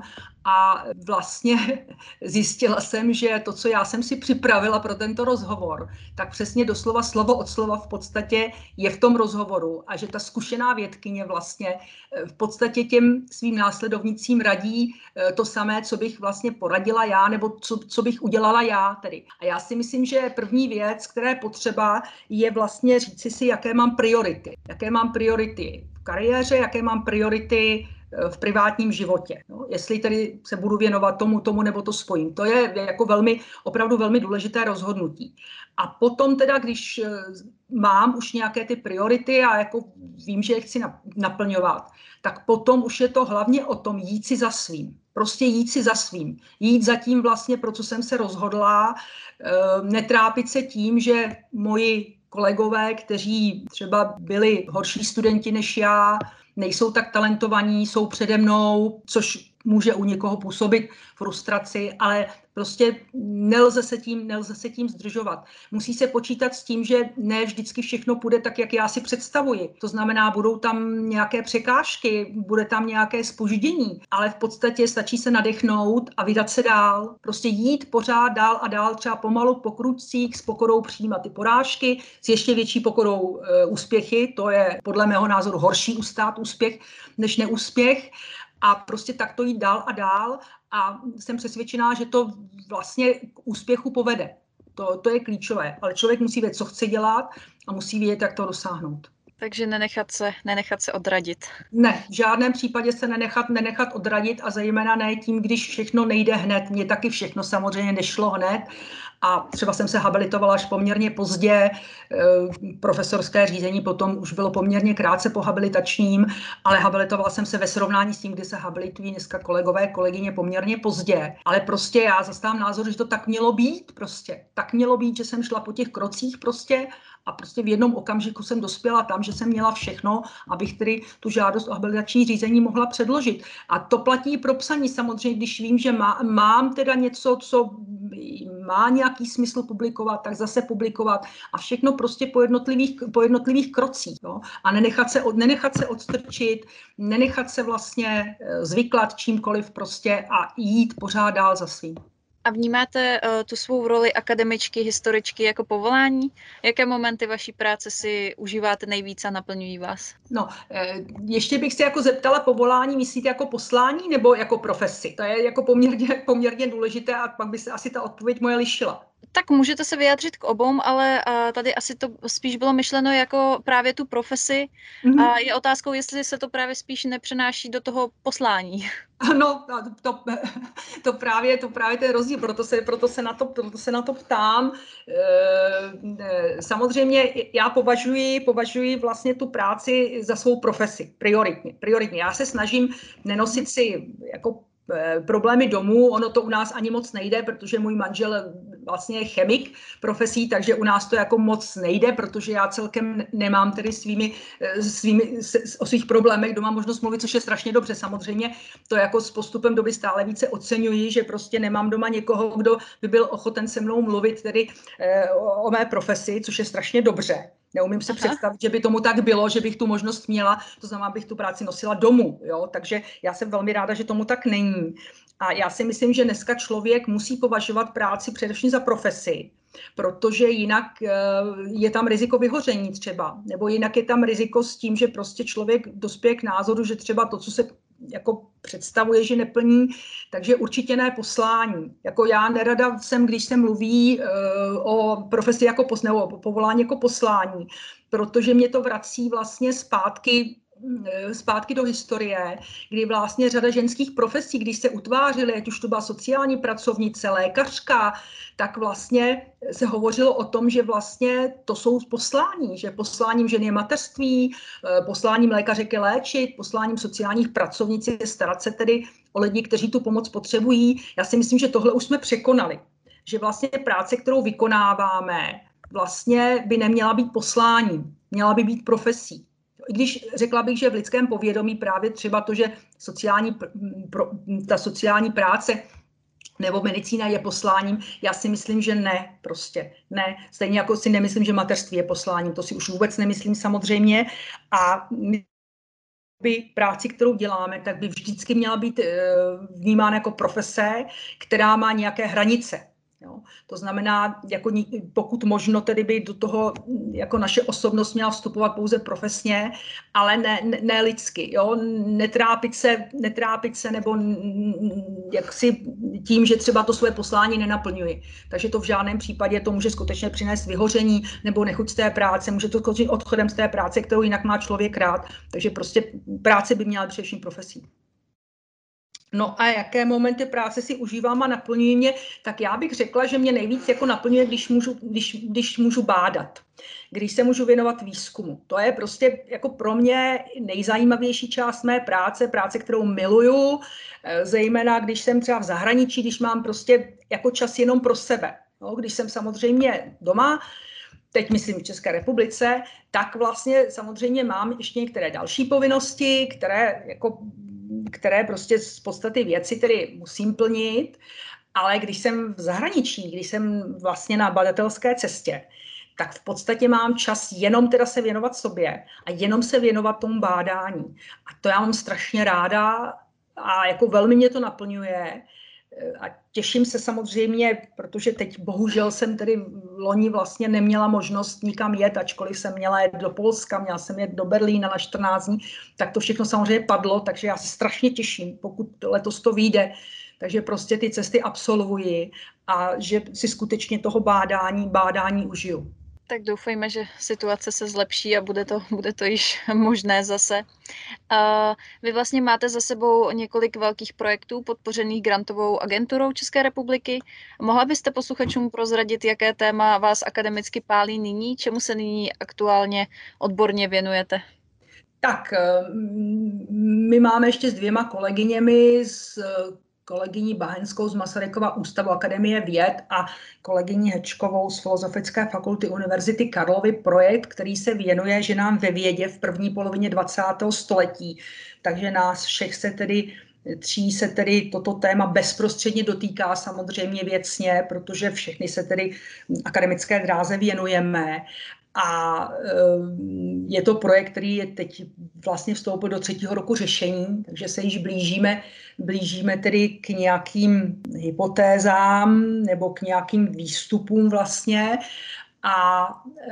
a vlastně zjistila jsem, že to, co já jsem si připravila pro tento rozhovor, tak přesně doslova slovo od slova v podstatě je v tom rozhovoru a že ta zkušená vědkyně vlastně v podstatě těm svým následovnicím radí to samé, co bych vlastně poradila já nebo co bych udělala já tedy. A já si myslím, že první věc, která je potřeba, je vlastně říci si, jaké mám priority. Jaké mám priority v kariéře, jaké mám priority v privátním životě. No, jestli tedy se budu věnovat tomu nebo to spojím. To je jako opravdu velmi důležité rozhodnutí. A potom teda, když mám už nějaké ty priority a jako vím, že je chci naplňovat, tak potom už je to hlavně o tom jít si za svým. Prostě jít si za svým. Jít za tím vlastně, pro co jsem se rozhodla, netrápit se tím, že moji kolegové, kteří třeba byli horší studenti než já, nejsou tak talentovaní, jsou přede mnou, což může u někoho působit frustraci, ale prostě nelze se tím zdržovat. Musí se počítat s tím, že ne vždycky všechno půjde tak, jak já si představuji. To znamená, budou tam nějaké překážky, bude tam nějaké zpoždění, ale v podstatě stačí se nadechnout a vydat se dál. Prostě jít pořád dál a dál, třeba pomalu po kručcích, s pokorou přijímat ty porážky, s ještě větší pokorou úspěchy. To je podle mého názoru horší ustát úspěch než neúspěch. A prostě takto jít dál a dál a jsem přesvědčená, že to vlastně k úspěchu povede. To je klíčové, ale člověk musí vědět, co chce dělat a musí vědět, jak to dosáhnout.
Takže nenechat se odradit.
Ne, v žádném případě se nenechat odradit a zejména ne tím, když všechno nejde hned. Mně taky všechno samozřejmě nešlo hned a třeba jsem se habilitovala až poměrně pozdě. Profesorské řízení potom už bylo poměrně krátce po habilitačním, ale habilitovala jsem se ve srovnání s tím, kdy se habilitují dneska kolegové, kolegyně poměrně pozdě. Ale prostě já zastávám názor, že to tak mělo být prostě. Tak mělo být, že jsem šla po těch krocích prostě a prostě v jednom okamžiku jsem dospěla tam, že jsem měla všechno, abych tedy tu žádost o habilitační řízení mohla předložit. A to platí pro psaní samozřejmě, když vím, že mám teda něco, co má nějaký smysl publikovat, tak zase publikovat a všechno prostě po jednotlivých krocích. Jo? A nenechat se odstrčit, nenechat se vlastně zvyklat čímkoliv prostě a jít pořád dál za svým.
A vnímáte tu svou roli akademičky, historičky jako povolání? Jaké momenty vaší práce si užíváte nejvíc a naplňují vás?
No, ještě bych se jako zeptala, povolání myslíte jako poslání nebo jako profesi? To je jako poměrně důležité a pak by se asi ta odpověď moje lišila.
Tak můžete se vyjádřit k obou, ale tady asi to spíš bylo myšleno jako právě tu profesi. Mm-hmm. A je otázkou, jestli se to právě spíš nepřenáší do toho poslání.
Ano, to právě ten rozdíl, proto se na to ptám. Samozřejmě já považuji vlastně tu práci za svou profesi, prioritně. Já se snažím nenosit si jako problémy domů, ono to u nás ani moc nejde, protože můj manžel vlastně chemik profesí, takže u nás to jako moc nejde, protože já celkem nemám tedy o svých problémech doma možnost mluvit, což je strašně dobře. Samozřejmě to jako s postupem doby stále více oceňuji, že prostě nemám doma někoho, kdo by byl ochoten se mnou mluvit tedy o mé profesi, což je strašně dobře. Neumím si představit, že by tomu tak bylo, že bych tu možnost měla, to znamená, bych tu práci nosila domů. Jo? Takže já jsem velmi ráda, že tomu tak není. A já si myslím, že dneska člověk musí považovat práci především za profesi, protože jinak je tam riziko vyhoření třeba, nebo jinak je tam riziko s tím, že prostě člověk dospěje k názoru, že třeba to, co se jako představuje, že neplní, takže určitě ne poslání. Jako já nerada jsem, když se mluví o profesi jako nebo o povolání jako poslání, protože mě to vrací vlastně zpátky do historie, kdy vlastně řada ženských profesí, když se utvářily, ať už to byla sociální pracovnice, lékařka, tak vlastně se hovořilo o tom, že vlastně to jsou poslání, že posláním ženy je mateřství, posláním lékařek je léčit, posláním sociálních pracovnic je starat se tedy o lidi, kteří tu pomoc potřebují. Já si myslím, že tohle už jsme překonali, že vlastně práce, kterou vykonáváme, vlastně by neměla být posláním, měla by být profesí. I když řekla bych, že v lidském povědomí právě třeba to, že ta sociální práce nebo medicína je posláním, já si myslím, že ne, prostě ne. Stejně jako si nemyslím, že mateřství je posláním, to si už vůbec nemyslím samozřejmě. A by práci, kterou děláme, tak by vždycky měla být vnímána jako profese, která má nějaké hranice. Jo. To znamená, jako pokud možno tedy by do toho jako naše osobnost měla vstupovat pouze profesně, ale ne lidsky. Jo. Netrápit se nebo jaksi tím, že třeba to své poslání nenaplňuji. Takže to v žádném případě to může skutečně přinést vyhoření nebo nechuť z té práce, může to skončit odchodem z té práce, kterou jinak má člověk rád. Takže prostě práce by měla být především profesí. No a jaké momenty práce si užívám a naplňují mě, tak já bych řekla, že mě nejvíc jako naplňuje, když můžu bádat, když se můžu věnovat výzkumu. To je prostě jako pro mě nejzajímavější část mé práce, kterou miluju, zejména když jsem třeba v zahraničí, když mám prostě jako čas jenom pro sebe. No, když jsem samozřejmě doma, teď myslím v České republice, tak vlastně samozřejmě mám ještě některé další povinnosti, které prostě z podstaty věci tedy musím plnit, ale když jsem v zahraničí, když jsem vlastně na badatelské cestě, tak v podstatě mám čas jenom teda se věnovat sobě a jenom se věnovat tomu bádání. A to já mám strašně ráda a jako velmi mě to naplňuje. A těším se samozřejmě, protože teď bohužel jsem tedy loni vlastně neměla možnost nikam jet, ačkoliv jsem měla jet do Polska, měla jsem jet do Berlína na 14 dní, tak to všechno samozřejmě padlo, takže já se strašně těším, pokud letos to vyjde, takže prostě ty cesty absolvuji a že si skutečně toho bádání užiju.
Tak doufejme, že situace se zlepší a bude to již možné zase. Vy vlastně máte za sebou několik velkých projektů podpořených grantovou agenturou České republiky. Mohla byste posluchačům prozradit, jaké téma vás akademicky pálí nyní, čemu se nyní aktuálně odborně věnujete?
Tak, my máme ještě s 2 kolegyněmi, kolegyní Bahenskou z Masarykova ústavu Akademie věd a kolegyní Hečkovou z Filozofické fakulty Univerzity Karlovy projekt, který se věnuje ženám ve vědě v první polovině 20. století. Takže nás všech se tedy toto téma bezprostředně dotýká samozřejmě věcně, protože všechny se tedy akademické dráze věnujeme. A je to projekt, který je teď vlastně vstoupil do 3. roku řešení, takže se již blížíme tedy k nějakým hypotézám nebo k nějakým výstupům vlastně a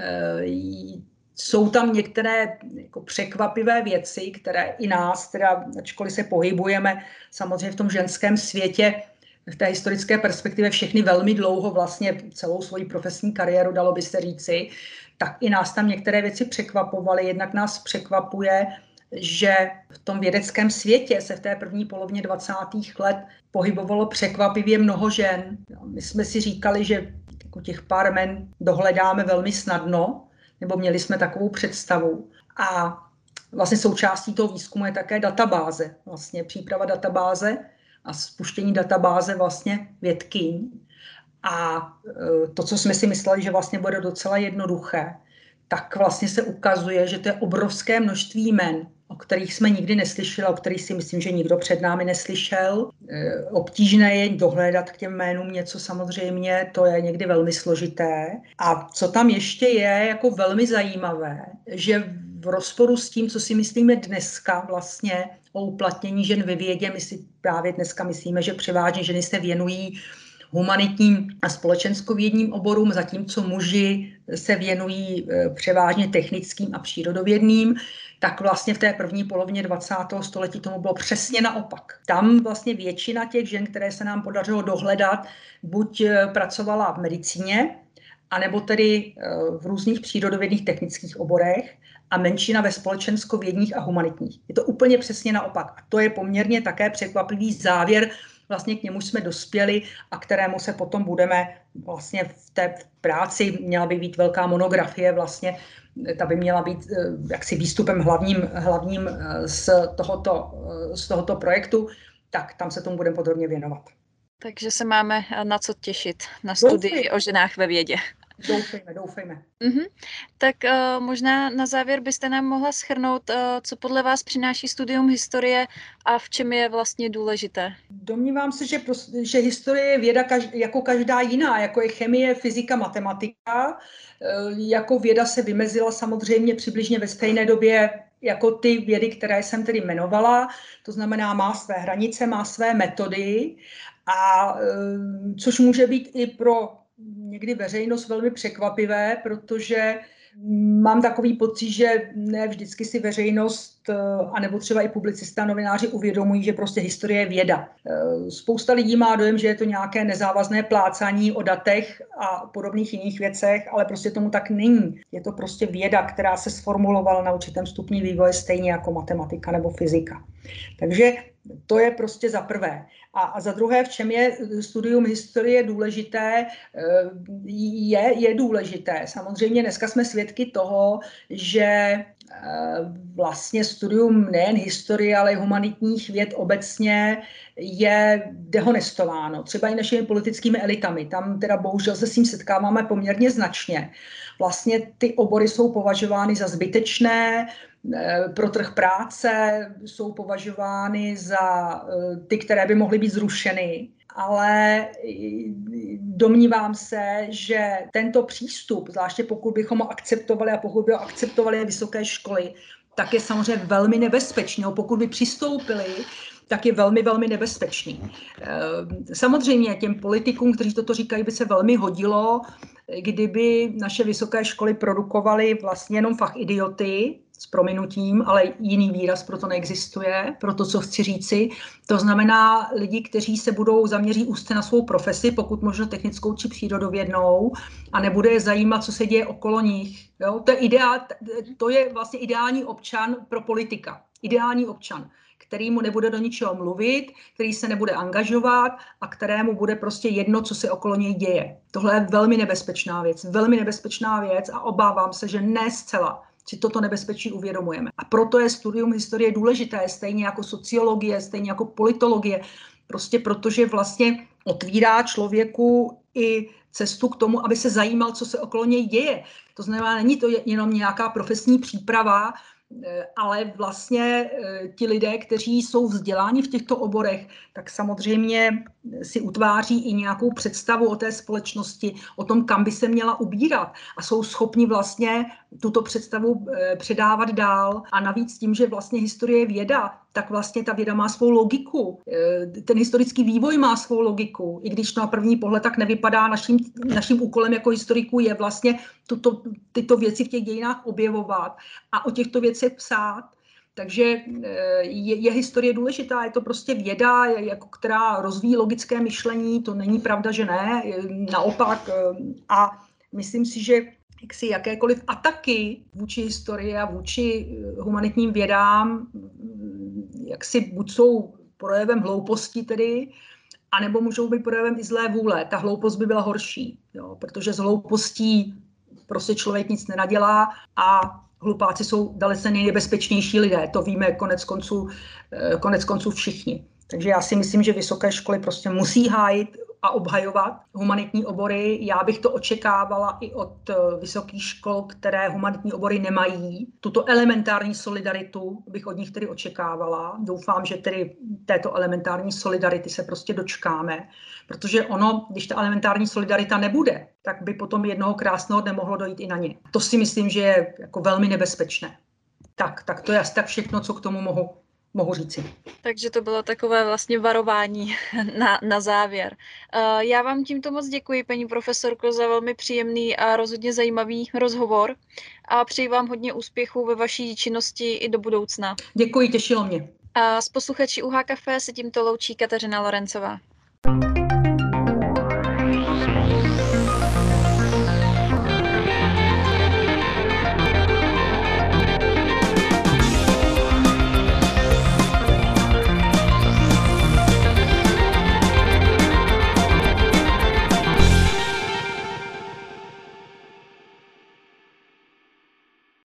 jsou tam některé jako překvapivé věci, které i nás, teda, ačkoliv se pohybujeme samozřejmě v tom ženském světě, v té historické perspektivě všechny velmi dlouho, vlastně celou svoji profesní kariéru, dalo by se říci, tak i nás tam některé věci překvapovaly. Jednak nás překvapuje, že v tom vědeckém světě se v té první polovině 20. let pohybovalo překvapivě mnoho žen. My jsme si říkali, že jako těch pár men dohledáme velmi snadno, nebo měli jsme takovou představu. A vlastně součástí toho výzkumu je také databáze, vlastně příprava databáze a spuštění databáze vlastně vědkyň. A to, co jsme si mysleli, že vlastně bude docela jednoduché, tak vlastně se ukazuje, že to je obrovské množství jmen, o kterých jsme nikdy neslyšeli, o kterých si myslím, že nikdo před námi neslyšel. Obtížné je dohledat k těm jménům něco samozřejmě, to je někdy velmi složité. A co tam ještě je jako velmi zajímavé, že v rozporu s tím, co si myslíme dneska vlastně o uplatnění žen ve vědě, my si právě dneska myslíme, že převážně ženy se věnují humanitním a společenskovědním oborům, zatímco muži se věnují převážně technickým a přírodovědným, tak vlastně v té první polovině 20. století tomu bylo přesně naopak. Tam vlastně většina těch žen, které se nám podařilo dohledat, buď pracovala v medicíně, anebo tedy v různých přírodovědných technických oborech a menšina ve společenskovědních a humanitních. Je to úplně přesně naopak. A to je poměrně také překvapivý závěr, vlastně k němu jsme dospěli a kterému se potom budeme vlastně v té práci, měla by být velká monografie vlastně, ta by měla být jaksi výstupem hlavním z tohoto projektu, tak tam se tomu budeme podrobně věnovat.
Takže se máme na co těšit na studii o ženách ve vědě.
Doufejme.
Tak možná na závěr byste nám mohla shrnout, co podle vás přináší studium historie a v čem je vlastně důležité.
Domnívám se, že historie je věda jako každá jiná, jako je chemie, fyzika, matematika. Jako věda se vymezila samozřejmě přibližně ve stejné době jako ty vědy, které jsem tedy jmenovala. To znamená, má své hranice, má své metody, a což může být i pro někdy veřejnost velmi překvapivé, protože mám takový pocit, že ne vždycky si veřejnost, anebo třeba i publicisté a novináři uvědomují, že prostě historie je věda. Spousta lidí má dojem, že je to nějaké nezávazné plácání o datech a podobných jiných věcech, ale prostě tomu tak není. Je to prostě věda, která se sformulovala na určitém stupni vývoje stejně jako matematika nebo fyzika. Takže to je prostě za prvé. A za druhé, v čem je studium historie důležité, je důležité. Samozřejmě dneska jsme svědky toho, že vlastně studium nejen historie, ale i humanitních věd obecně je dehonestováno. Třeba i našimi politickými elitami. Tam teda bohužel se s tím setkáváme poměrně značně. Vlastně ty obory jsou považovány za zbytečné, pro trh práce jsou považovány za ty, které by mohly být zrušeny. Ale domnívám se, že tento přístup, zvláště pokud bychom ho akceptovali a pokud by ho akceptovali vysoké školy, tak je samozřejmě velmi nebezpečný. Pokud by přistoupili, tak je velmi, velmi nebezpečný. Samozřejmě těm politikům, kteří toto říkají, by se velmi hodilo, kdyby naše vysoké školy produkovaly vlastně jenom fach idioty, s prominutím, ale jiný výraz pro to neexistuje, pro to, co chci říci. To znamená lidi, kteří se budou zaměřit úzce na svou profesi, pokud možno technickou či přírodovědnou, a nebude je zajímat, co se děje okolo nich. Jo? To je vlastně ideální občan pro politika. Ideální občan, který mu nebude do ničeho mluvit, který se nebude angažovat a kterému bude prostě jedno, co se okolo něj děje. Tohle je velmi nebezpečná věc a obávám se, že ne zcela si toto nebezpečí uvědomujeme. A proto je studium historie důležité, stejně jako sociologie, stejně jako politologie, prostě protože vlastně otvírá člověku i cestu k tomu, aby se zajímal, co se okolo něj děje. To znamená, není to jenom nějaká profesní příprava, ale vlastně ti lidé, kteří jsou vzděláni v těchto oborech, tak samozřejmě si utváří i nějakou představu o té společnosti, o tom, kam by se měla ubírat a jsou schopni vlastně tuto představu předávat dál. A navíc tím, že vlastně historie je věda, tak vlastně ta věda má svou logiku. Ten historický vývoj má svou logiku, i když to na první pohled tak nevypadá. Naším úkolem jako historiků je vlastně tyto věci v těch dějinách objevovat a o těchto věcech psát. Takže je historie důležitá, je to prostě věda, která rozvíjí logické myšlení, to není pravda, že ne, naopak. A myslím si, že jakékoliv ataky vůči historii a vůči humanitním vědám, buď jsou projevem hlouposti tedy, anebo můžou být projevem i zlé vůle. Ta hloupost by byla horší, jo, protože z hloupostí prostě člověk nic nenadělá a hlupáci jsou dalece nejnebezpečnější lidé. To víme konec konců všichni. Takže já si myslím, že vysoké školy prostě musí hájit a obhajovat humanitní obory. Já bych to očekávala i od vysokých škol, které humanitní obory nemají. Tuto elementární solidaritu bych od nich tedy očekávala. Doufám, že tedy této elementární solidarity se prostě dočkáme, protože ono, když ta elementární solidarita nebude, tak by potom jednoho krásného dne mohlo dojít i na ně. To si myslím, že je jako velmi nebezpečné. Tak to je asi tak všechno, co k tomu mohu říci.
Takže to bylo takové vlastně varování na závěr. Já vám tímto moc děkuji, paní profesorko, za velmi příjemný a rozhodně zajímavý rozhovor a přeji vám hodně úspěchů ve vaší činnosti i do budoucna.
Děkuji, těšilo mě.
A s posluchači UH Café se tímto loučí Kateřina Lorencová.